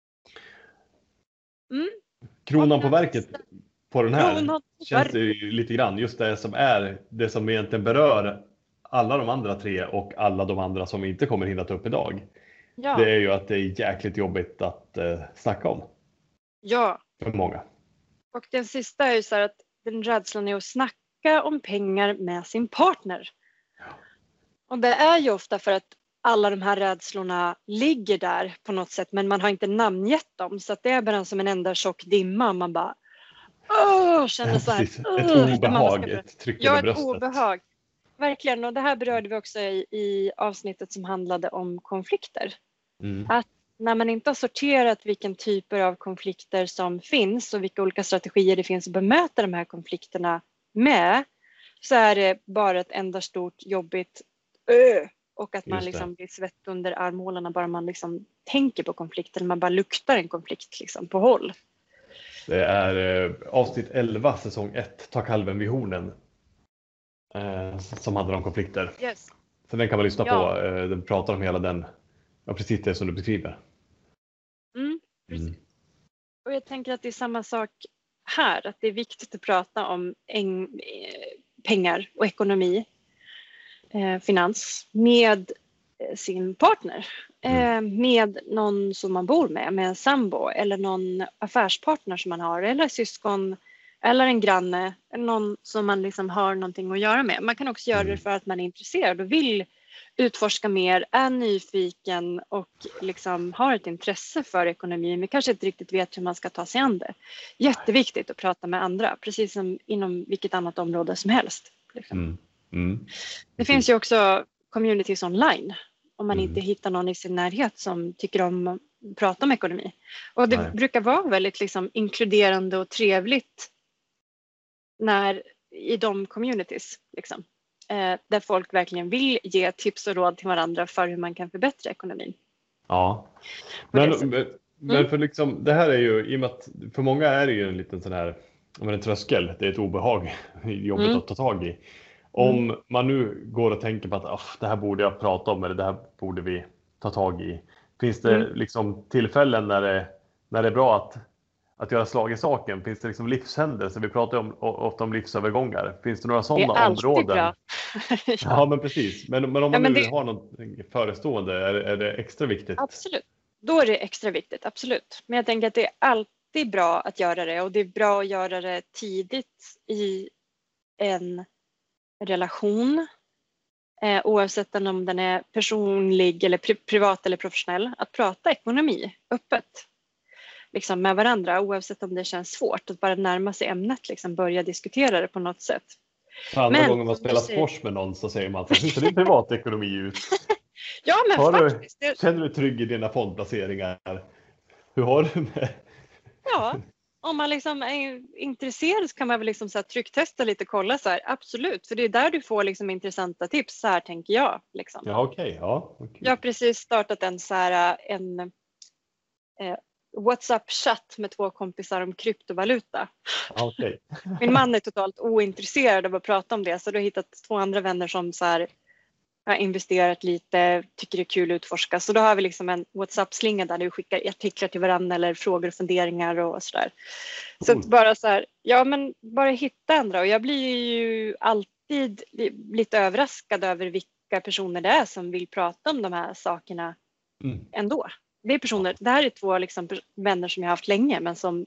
A: Mm.
B: Kronan på verket på den här
A: Kronan
B: känns det ju lite grann just det som är det som egentligen berör alla de andra tre och alla de andra som inte kommer hinna ta upp idag. Ja. Det är ju att det är jäkligt jobbigt att eh, snacka om.
A: Ja.
B: För många.
A: Och den sista är ju så här att den rädslan är att snacka om pengar med sin partner. Ja. Och det är ju ofta för att alla de här rädslorna ligger där på något sätt, men man har inte namngett dem. Så att det är bara som en enda tjock dimma. Man bara åh, känner så här.
B: Ett obehag, ett tryck
A: ja,
B: över bröstet.
A: Ja, ett obehag. Verkligen, och det här berörde vi också i, i avsnittet som handlade om konflikter. Mm. Att när man inte har sorterat vilken typer av konflikter som finns och vilka olika strategier det finns att bemöta de här konflikterna med, så är det bara ett enda stort jobbigt ö. Och att man liksom blir svett under armhålorna bara man liksom tänker på konflikten. Man bara luktar en konflikt liksom på håll.
B: Det är eh, avsnitt elva, säsong ett, Ta kalven vid hornen. Eh, som handlar om konflikter.
A: Yes.
B: Så den kan man lyssna ja. på. Eh, den pratar om hela den, ja, precis det som du beskriver.
A: Mm, precis. Mm. Och jag tänker att det är samma sak här. Att det är viktigt att prata om en, eh, pengar och ekonomi. Eh, finans med eh, sin partner. Eh, med någon som man bor med. Med en sambo. Eller någon affärspartner som man har. Eller syskon. Eller en granne. Eller någon som man liksom har någonting att göra med. Man kan också göra det för att man är intresserad och vill utforska mer, är nyfiken och liksom har ett intresse för ekonomi men kanske inte riktigt vet hur man ska ta sig an det. Jätteviktigt att prata med andra, precis som inom vilket annat område som helst. Liksom. Mm. Mm. Det finns ju också communities online om man mm. inte hittar någon i sin närhet som tycker om att prata om ekonomi. Och det Nej. brukar vara väldigt liksom inkluderande och trevligt när, i de communities liksom. Eh, där folk verkligen vill ge tips och råd till varandra för hur man kan förbättra ekonomin.
B: Ja, men, men, men mm. för liksom, det här är ju, i och med att för många är det ju en liten sån här, om en tröskel, det är ett obehag, jobbigt mm. att ta tag i. Om mm. man nu går och tänker på att det här borde jag prata om eller det här borde vi ta tag i. Finns det mm. liksom tillfällen när det, när det är bra att Att göra slag i saken? Finns det liksom livshändelser? Vi pratar om, ofta om livsövergångar. Finns det några sådana områden? Det är alltid bra. ja. ja, men precis. Men, men om man ja, nu det... har något förestående, är, är det extra viktigt?
A: Absolut. Då är det extra viktigt, absolut. Men jag tänker att det är alltid bra att göra det. Och det är bra att göra det tidigt i en relation. eh, oavsett om den är personlig eller pri- privat eller professionell, att prata ekonomi öppet liksom med varandra, oavsett om det känns svårt, att bara närma sig ämnet, liksom börja diskutera det på något sätt.
B: För andra
A: Men
B: gången man
A: som du
B: spelar
A: säger-
B: squash med någon så säger man så här, hur ser din privatekonomi ut?
A: Ja, men
B: Har du,
A: faktiskt. Det,
B: känner du dig trygg i dina fondplaceringar? Hur har du med?
A: ja, om man liksom är intresserad så kan man väl liksom så här trycktesta lite, kolla så här, absolut, för det är där du får liksom intressanta tips, så här tänker jag liksom.
B: Ja, okej. Ja, okej.
A: Jag har precis startat en så här en eh, WhatsApp-chatt med två kompisar om kryptovaluta.
B: Ja, okej.
A: Min man är totalt ointresserad av att prata om det, så då har jag hittat två andra vänner som så här har investerat lite, tycker det är kul att utforska. Så då har vi liksom en WhatsApp-slinga där vi skickar artiklar till varandra eller frågor och funderingar och sådär. Så att bara så här, ja men bara hitta andra. Och jag blir ju alltid lite överraskad över vilka personer det är som vill prata om de här sakerna
B: Mm.
A: ändå. Det är personer, det här är två liksom vänner som jag har haft länge, men som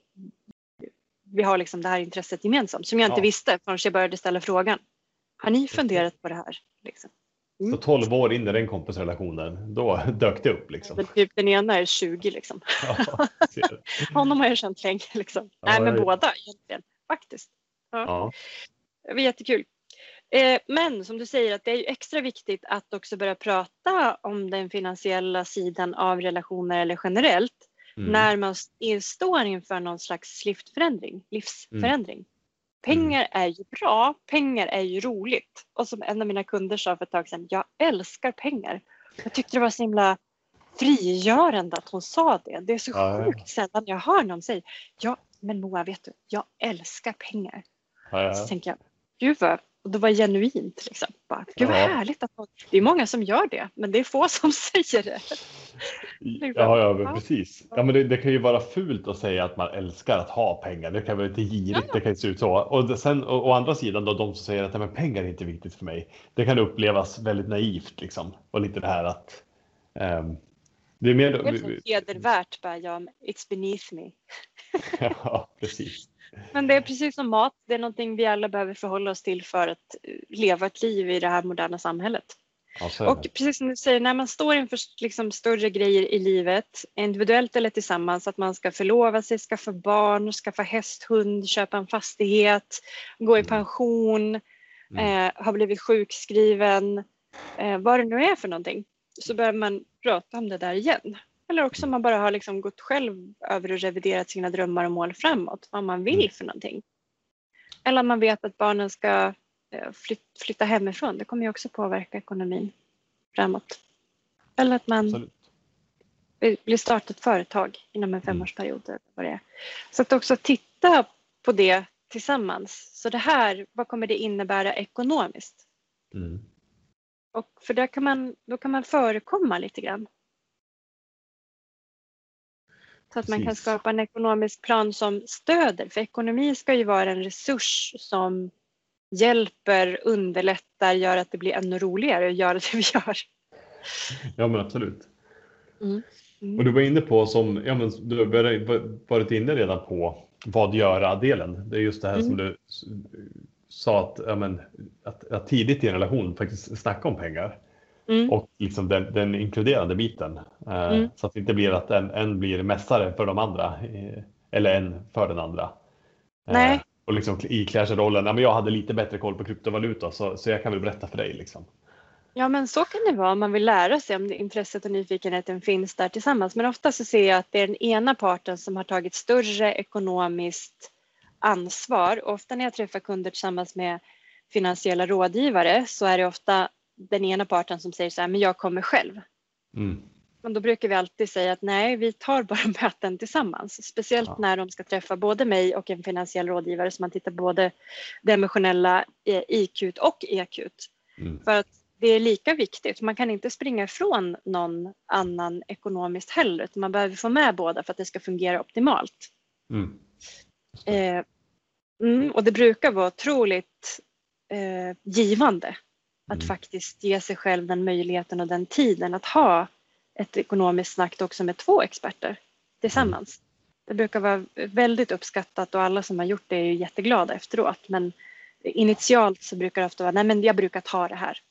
A: vi har liksom det här intresset gemensamt, som jag inte
B: Ja.
A: visste förrän jag började ställa frågan. Har ni funderat på det här? Liksom.
B: Så tolv år in i den kompisrelationen, då dök det upp liksom.
A: Men typ den ena är tjugo liksom.
B: Ja, ser.
A: Honom har jag känt länge liksom.
B: Ja,
A: Nej, men
B: ja.
A: båda egentligen, faktiskt. Ja.
B: Ja.
A: Det var jättekul. Eh, men som du säger, att det är ju extra viktigt att också börja prata om den finansiella sidan av relationer eller generellt
B: Mm.
A: när man st- står inför någon slags livsförändring. livsförändring.
B: Mm.
A: Pengar är ju bra, pengar är ju roligt. Och som en av mina kunder sa för ett tag sedan, jag älskar pengar. Jag tyckte det var så himla frigörande att hon sa det. Det är så
B: Ja, ja.
A: sjukt sällan jag hör någon säga, ja men Moa, vet du, jag älskar pengar.
B: Ja, ja.
A: Så tänker jag, gud vad, och det var genuint liksom. Bara, gud vad
B: Ja.
A: härligt att man, det är många som gör det, men det är få som säger det.
B: Ja, ja, men
A: Ja.
B: precis. Ja, men det, det kan ju vara fult att säga att man älskar att ha pengar. Det kan vara lite girigt,
A: Ja.
B: det kan ju se ut så. Och det, sen, å, å andra sidan då, de som säger att nej, men pengar är inte viktigt för mig. Det kan upplevas väldigt naivt liksom. Och lite det här att ehm, det är mer...
A: Det är så hedervärt, bara, ja, it's beneath me.
B: Ja, precis.
A: Men det är precis som mat, det är någonting vi alla behöver förhålla oss till för att eh, leva ett liv i det här moderna samhället.
B: Ja, så är det.
A: Och precis som du säger, när man står inför liksom större grejer i livet, individuellt eller tillsammans, att man ska förlova sig, skaffa barn, skaffa häst, hund, köpa en fastighet, gå i pension,
B: Mm.
A: eh, har blivit sjukskriven, eh, vad det nu är för någonting, så börjar man prata om det där igen. Eller också man bara har liksom gått själv över och reviderat sina drömmar och mål framåt, vad man vill för någonting. Eller man vet att barnen ska Flyt, flytta hemifrån. Det kommer ju också påverka ekonomin framåt. Eller att man
B: Absolut.
A: blir startat ett företag inom en femårsperiod. Eller vad det är. Så att också titta på det tillsammans. Så det här, vad kommer det innebära ekonomiskt?
B: Mm.
A: Och för där kan man, då kan man förekomma lite grann. Så att man kan
B: Precis.
A: skapa en ekonomisk plan som stöder. För ekonomi ska ju vara en resurs som hjälper, underlättar, gör att det blir ännu roligare att göra det vi gör.
B: Ja, men absolut.
A: Mm. Mm.
B: Och du var inne på, som ja, men du har varit inne redan på vad göra-delen. Det är just det här
A: Mm.
B: som du sa att, ja, men, att, att tidigt i en relation faktiskt snacka om pengar.
A: Mm.
B: Och liksom den, den inkluderande biten. Eh,
A: Mm.
B: Så att det inte blir att en, en blir mästare för de andra. Eh, eller en för den andra. Eh,
A: Nej.
B: Och liksom iklär sig rollen. Ja, men jag hade lite bättre koll på kryptovaluta så, så jag kan väl berätta för dig. Liksom.
A: Ja, men så kan det vara om man vill lära sig, om det intresset och nyfikenheten finns där tillsammans. Men ofta så ser jag att det är den ena parten som har tagit större ekonomiskt ansvar. Och ofta när jag träffar kunder tillsammans med finansiella rådgivare så är det ofta den ena parten som säger så här, men jag kommer själv.
B: Mm.
A: Men då brukar vi alltid säga att nej, vi tar bara möten tillsammans. Speciellt
B: Ja.
A: när de ska träffa både mig och en finansiell rådgivare, så man tittar både det emotionella I Q och E Q.
B: Mm.
A: För att det är lika viktigt. Man kan inte springa ifrån någon annan ekonomiskt heller. Utan man behöver få med båda för att det ska fungera optimalt.
B: Mm.
A: Eh, mm, och det brukar vara otroligt eh, givande att
B: Mm.
A: faktiskt ge sig själv den möjligheten och den tiden att ha ett ekonomiskt snack också med två experter tillsammans. Mm. Det brukar vara väldigt uppskattat och alla som har gjort det är ju jätteglada efteråt. Men initialt så brukar det ofta vara, nej men jag brukar ta det här.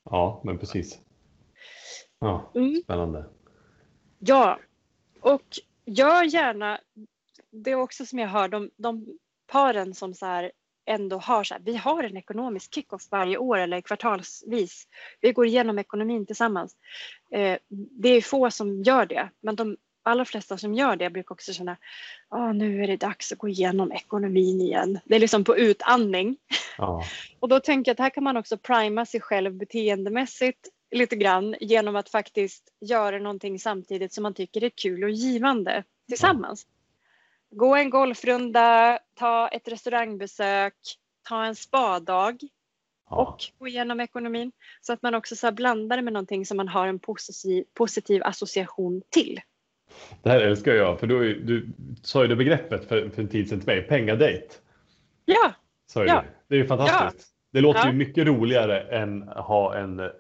B: Ja, men precis. Ja, spännande. Mm.
A: Ja, och gör gärna, det är också som jag hör, de, de paren som så här ändå har så här, vi har en ekonomisk kick-off varje år eller kvartalsvis. Vi går igenom ekonomin tillsammans. Eh, det är få som gör det, men de allra flesta som gör det brukar också känna, ah, nu är det dags att gå igenom ekonomin igen. Det är liksom på utandning.
B: Ja.
A: Och då tänker jag att här kan man också prima sig själv beteendemässigt lite grann genom att faktiskt göra någonting samtidigt som man tycker är kul och givande tillsammans. Ja. Gå en golfrunda, ta ett restaurangbesök, ta en spadag ja. och gå igenom ekonomin. Så att man också så här blandar det med någonting som man har en positiv, positiv association till.
B: Det här älskar jag, för du, du sa ju det begreppet för, för en tid sedan till mig, pengadejt.
A: Ja.
B: Så är
A: ja.
B: det. Det är ju fantastiskt. Ja. Det låter
A: ja.
B: ju mycket roligare än att ha en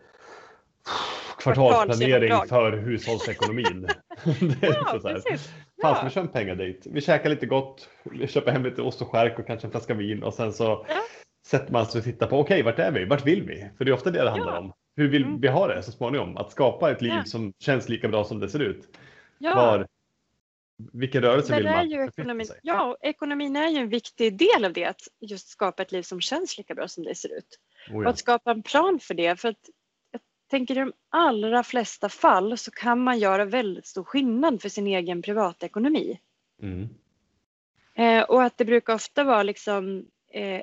B: kvartalsplanering för hushållsekonomin. Det är
A: ja,
B: så här.
A: precis.
B: Fan, ska vi köra en pengadejt? Vi käkar lite gott, vi köper hem lite ost och skärk och kanske en flaska vin och sen så ja. sätter man sig och tittar på, okej, okay, vart är vi? Vart vill vi? För det är ofta det det handlar ja. om. Hur vill mm. vi ha det så småningom? Att skapa ett liv ja. som känns lika bra som det ser ut. Ja. Var, vilken rörelse vill man
A: ekonomin, sig? Ja, ekonomin är ju en viktig del av det. Att just skapa ett liv som känns lika bra som det ser ut. Oh ja. Och att skapa en plan för det. För att jag tänker i de allra flesta fall så kan man göra väldigt stor skillnad för sin egen privatekonomi. Mm. Eh, och att det brukar ofta vara liksom eh,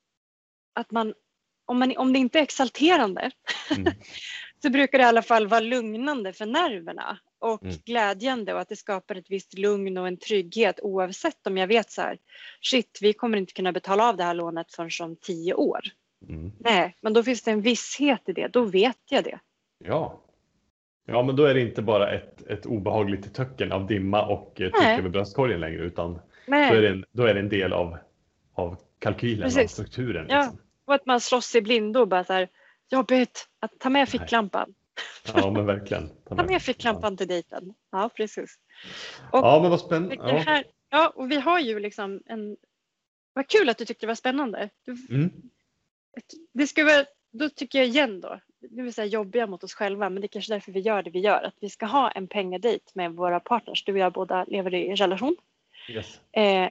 A: att man om, man, om det inte är exalterande mm. så brukar det i alla fall vara lugnande för nerverna. Och mm. glädjande och att det skapar ett visst lugn och en trygghet oavsett om jag vet så här, shit, vi kommer inte kunna betala av det här lånet förrän om tio år. Mm. Nej, men då finns det en visshet i det, då vet jag det.
B: Ja, ja men då är det inte bara ett, ett obehagligt töcken av dimma och tryck över bröstkorgen längre, utan då är, det en, då är det en del av, av kalkylen, Precis. av strukturen.
A: Ja,
B: liksom.
A: Och att man slåss i blindo och bara så här, jobbigt att ta med ficklampan.
B: Ja, men verkligen.
A: Ta med ficklampan till dejten. Ja, precis. Och
B: ja, men vad spännande.
A: Ja. Här, ja, och vi har ju liksom en... Vad kul att du tyckte det var spännande. Du, mm. Det ska vara, då tycker jag igen då, nu vill säga jobbiga mot oss själva, men det är kanske därför vi gör det vi gör. Att vi ska ha en pengadejt med våra partners. Du och jag båda lever i en relation.
B: Yes.
A: Eh,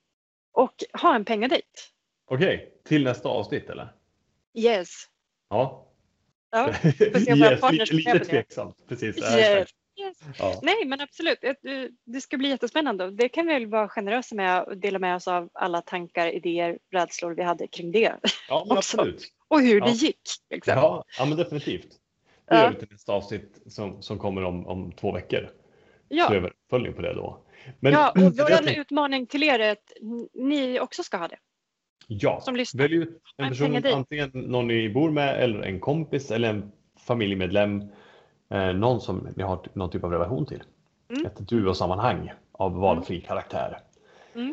A: och ha en pengadejt.
B: Okej, okay. Till nästa avsnitt eller?
A: Yes.
B: Ja.
A: Ja,
B: yes, lite, lite tveksamt. Precis.
A: Yes. Yes. Ja. Nej, men absolut. Det, det ska bli jättespännande. Det kan vi väl vara generösa med och dela med oss av alla tankar, idéer, rädslor vi hade kring det.
B: Ja, men absolut.
A: Och hur
B: ja.
A: det gick. Liksom.
B: Ja, ja, men definitivt. Det
A: ja.
B: gör vi till nästa avsnitt som, som kommer om, om två veckor.
A: Ja.
B: Så över följer på det då. Men,
A: ja, och vår tänk... utmaning till er är att ni också ska ha det.
B: Ja,
A: som lyssnar.
B: Välj ut en person, antingen någon ni bor med eller en kompis eller en familjemedlem. Eh, någon som ni har någon typ av relation till. Mm. Ett duo-sammanhang av valfri karaktär. Mm.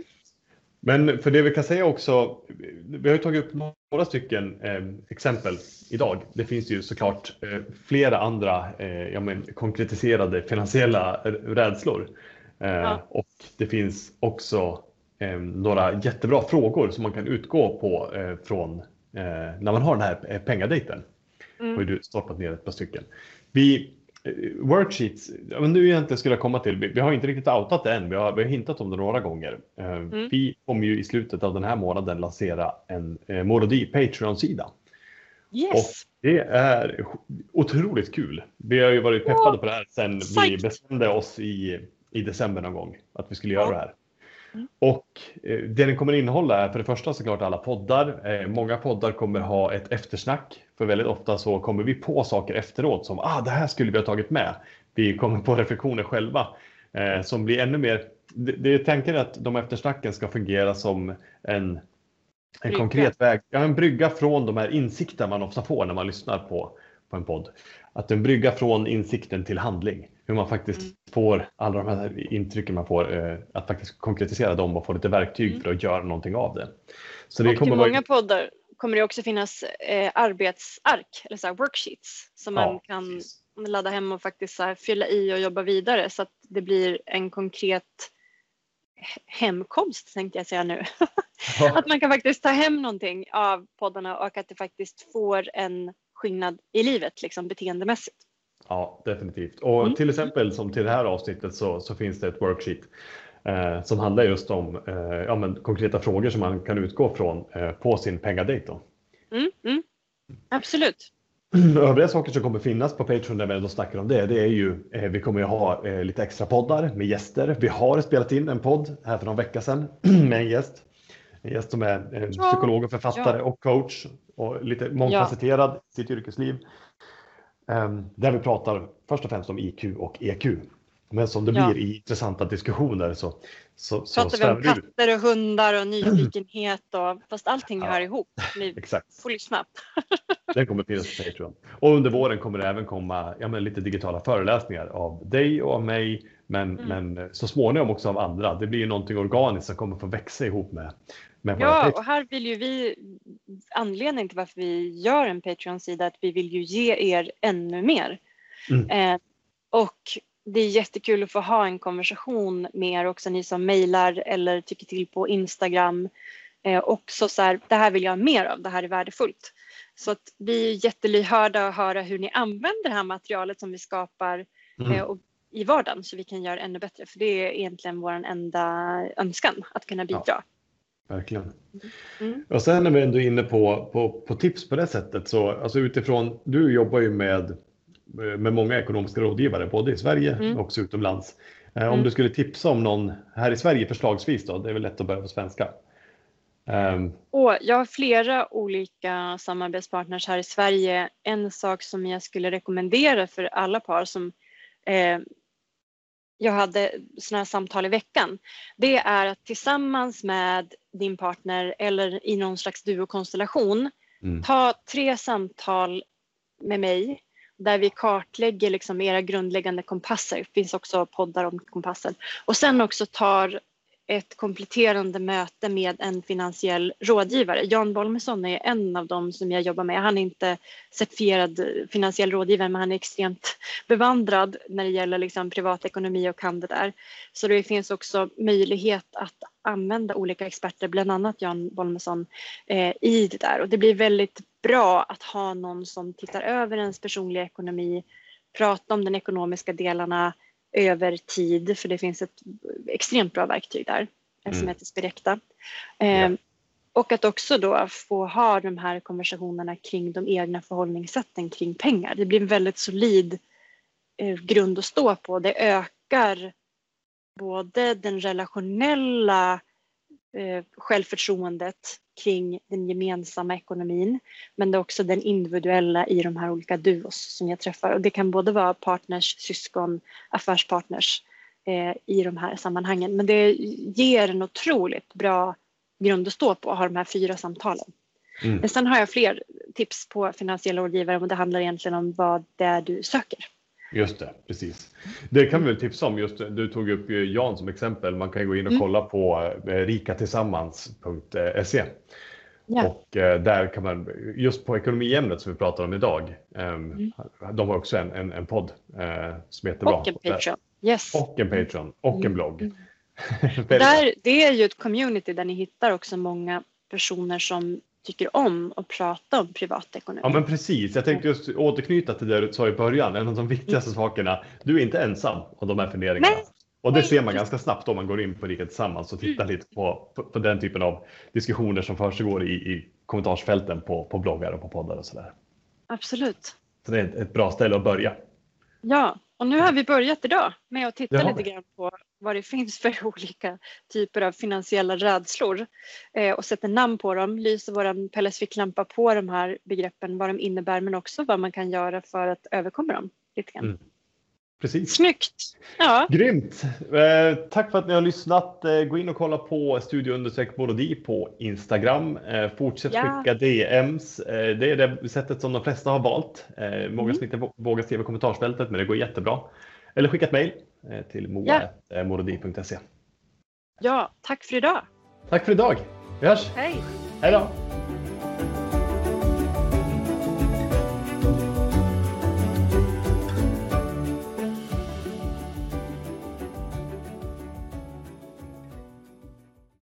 B: Men för det vi kan säga också, vi har ju tagit upp några stycken eh, exempel idag. Det finns ju såklart eh, flera andra eh, ja, men, konkretiserade finansiella rädslor. Eh, ja. Och det finns också eh, några jättebra frågor som man kan utgå på eh, från eh, när man har den här eh, pengadejten. Mm. Har du stoppat ner ett par stycken. Vi, eh, worksheets, men nu egentligen skulle jag komma till, vi, vi har inte riktigt outat det än, vi har, vi har hintat om det några gånger. Eh, mm. Vi kommer ju i slutet av den här månaden lansera en eh, Morodi Patreon-sida.
A: Yes.
B: Och det är otroligt kul. Vi har ju varit peppade oh, på det här sedan vi bestämde oss i, i december någon gång att vi skulle göra oh. det här. Mm. Och eh, det den kommer innehålla är för det första såklart alla poddar. Eh, många poddar kommer ha ett eftersnack. För väldigt ofta så kommer vi på saker efteråt som ah, det här skulle vi ha tagit med. Vi kommer på reflektioner själva eh, som blir ännu mer. Det, det är tanken att de eftersnacken ska fungera som en, en konkret väg. Ja, en brygga från de här insikterna man ofta får när man lyssnar på, på en podd. Att en brygga från insikten till handling. Hur man faktiskt mm. får alla de här intrycken man får, eh, att faktiskt konkretisera dem och få lite verktyg mm. för att göra någonting av det. Så det
A: och
B: kommer
A: i många vara... poddar kommer det också finnas eh, arbetsark eller så här worksheets som man ja, kan precis. ladda hem och faktiskt så här, fylla i och jobba vidare så att det blir en konkret hemkomst, tänkte jag säga nu. Ja. Att man kan faktiskt ta hem någonting av poddarna och att det faktiskt får en skillnad i livet liksom beteendemässigt.
B: Ja, definitivt. Och
A: Mm.
B: till exempel som till det här avsnittet så, så finns det ett worksheet eh, som handlar just om eh, ja, men konkreta frågor som man kan utgå från eh, på sin pengadate då.
A: Mm, mm. Absolut.
B: Övriga saker som kommer finnas på Patreon där vi ändå snackar om det, det är ju, eh, vi kommer ju ha eh, lite extra poddar med gäster. Vi har spelat in en podd här för någon vecka sedan med en gäst. En gäst som är eh, psykolog och författare ja. och coach och lite mångfacetterad ja. i sitt yrkesliv. Um, där vi pratar först och främst om I Q och E Q. Men som det ja. blir i intressanta diskussioner så, så, så
A: pratar vi om katter och hundar och nyfikenhet och fast allting ja. hör ihop. Ni
B: Exakt.
A: Får lyssna.
B: Den kommer finnas på Patreon. Och under våren kommer det även komma ja, men lite digitala föreläsningar av dig och av mig. Men, mm. men så småningom också av andra. Det blir ju någonting organiskt som kommer få växa ihop med, med våra
A: Ja,
B: Patreon.
A: och här vill ju vi, anledningen till varför vi gör en Patreon-sida, att vi vill ju ge er ännu mer. Mm. Eh, och det är jättekul att få ha en konversation med er också, ni som mejlar eller tycker till på Instagram. Eh, också så här, det här vill jag ha mer av, det här är värdefullt. Så att vi är jättelyhörda att höra hur ni använder det här materialet som vi skapar mm. eh, och i vardagen så vi kan göra ännu bättre. För det är egentligen vår enda önskan, att kunna bidra.
B: Ja, verkligen. Mm. Och sen när vi ändå är inne på, på, på tips på det sättet så alltså utifrån, du jobbar ju med, med många ekonomiska rådgivare både i Sverige mm. och också utomlands. Mm. Om du skulle tipsa om någon här i Sverige förslagsvis då, det är väl lätt att börja på svenska. Um.
A: Och jag har flera olika samarbetspartners här i Sverige. En sak som jag skulle rekommendera för alla par som eh, jag hade sådana här samtal i veckan. Det är att tillsammans med din partner eller i någon slags duokonstellation mm. ta tre samtal med mig där vi kartlägger liksom era grundläggande kompasser. Det finns också poddar om kompasser. Och sen också tar ett kompletterande möte med en finansiell rådgivare. Jan Bolmesson är en av dem som jag jobbar med. Han är inte certifierad finansiell rådgivare men han är extremt bevandrad när det gäller liksom privatekonomi och kan det där. Så det finns också möjlighet att använda olika experter, bland annat Jan Bolmesson, eh, i det där. Och det blir väldigt bra att ha någon som tittar över ens personliga ekonomi, prata om den ekonomiska delarna över tid, för det finns ett extremt bra verktyg där mm. som heter Spirecta. Eh, ja. Och att också då få ha de här konversationerna kring de egna förhållningssätten kring pengar. Det blir en väldigt solid eh, grund att stå på. Det ökar både den relationella eh, självförtroendet kring den gemensamma ekonomin, men det är också den individuella i de här olika duos som jag träffar. Och det kan både vara partners, syskon, affärspartners eh, i de här sammanhangen. Men det ger en otroligt bra grund att stå på att ha de här fyra samtalen. Mm. Men sen har jag fler tips på finansiella rådgivare, och det handlar egentligen om vad det är du söker.
B: Just det, precis. Det kan vi väl tipsa om. Just, du tog upp Jan som exempel. Man kan gå in och mm. kolla på rikatillsammans punkt se. Ja. Och där kan man, just på ekonomiämnet som vi pratar om idag, mm. de har också en, en, en podd som heter bra.
A: Och en Patreon. Yes.
B: Och en Patreon. Och en blogg. Mm.
A: där, det är ju ett community där ni hittar också många personer som tycker om att prata om privatekonomi.
B: Ja men precis, jag tänkte just återknyta till det du sa i början. En av de viktigaste mm. sakerna, du är inte ensam om de här funderingarna. Nej. Och det ser man ganska snabbt om man går in på Rika Tillsammans och tittar mm. lite på, på, på den typen av diskussioner som försiggår i, i kommentarsfälten på, på bloggar och på poddar och sådär.
A: Absolut.
B: Så det är ett, ett bra ställe att börja.
A: Ja, och nu har vi börjat idag med att titta lite grann på vad det finns för olika typer av finansiella rädslor eh, och sätta namn på dem, lyser våran Pellesficklampa på de här begreppen, vad de innebär, men också vad man kan göra för att överkomma dem lite grann. Mm.
B: Precis.
A: Snyggt! Ja.
B: Grymt! Eh, tack för att ni har lyssnat. Eh, gå in och kolla på Studio understreck Morodi på Instagram. Eh, fortsätt ja. skicka D Ms. Eh, det är det sättet som de flesta har valt. Eh, många mm. som inte vågar skriva i kommentarsfältet, men det går jättebra. Eller skicka ett mejl eh, till moa punkt morodi punkt se.
A: Ja, tack för idag!
B: Tack för idag! Vi hörs!
A: Hej!
B: Hej då!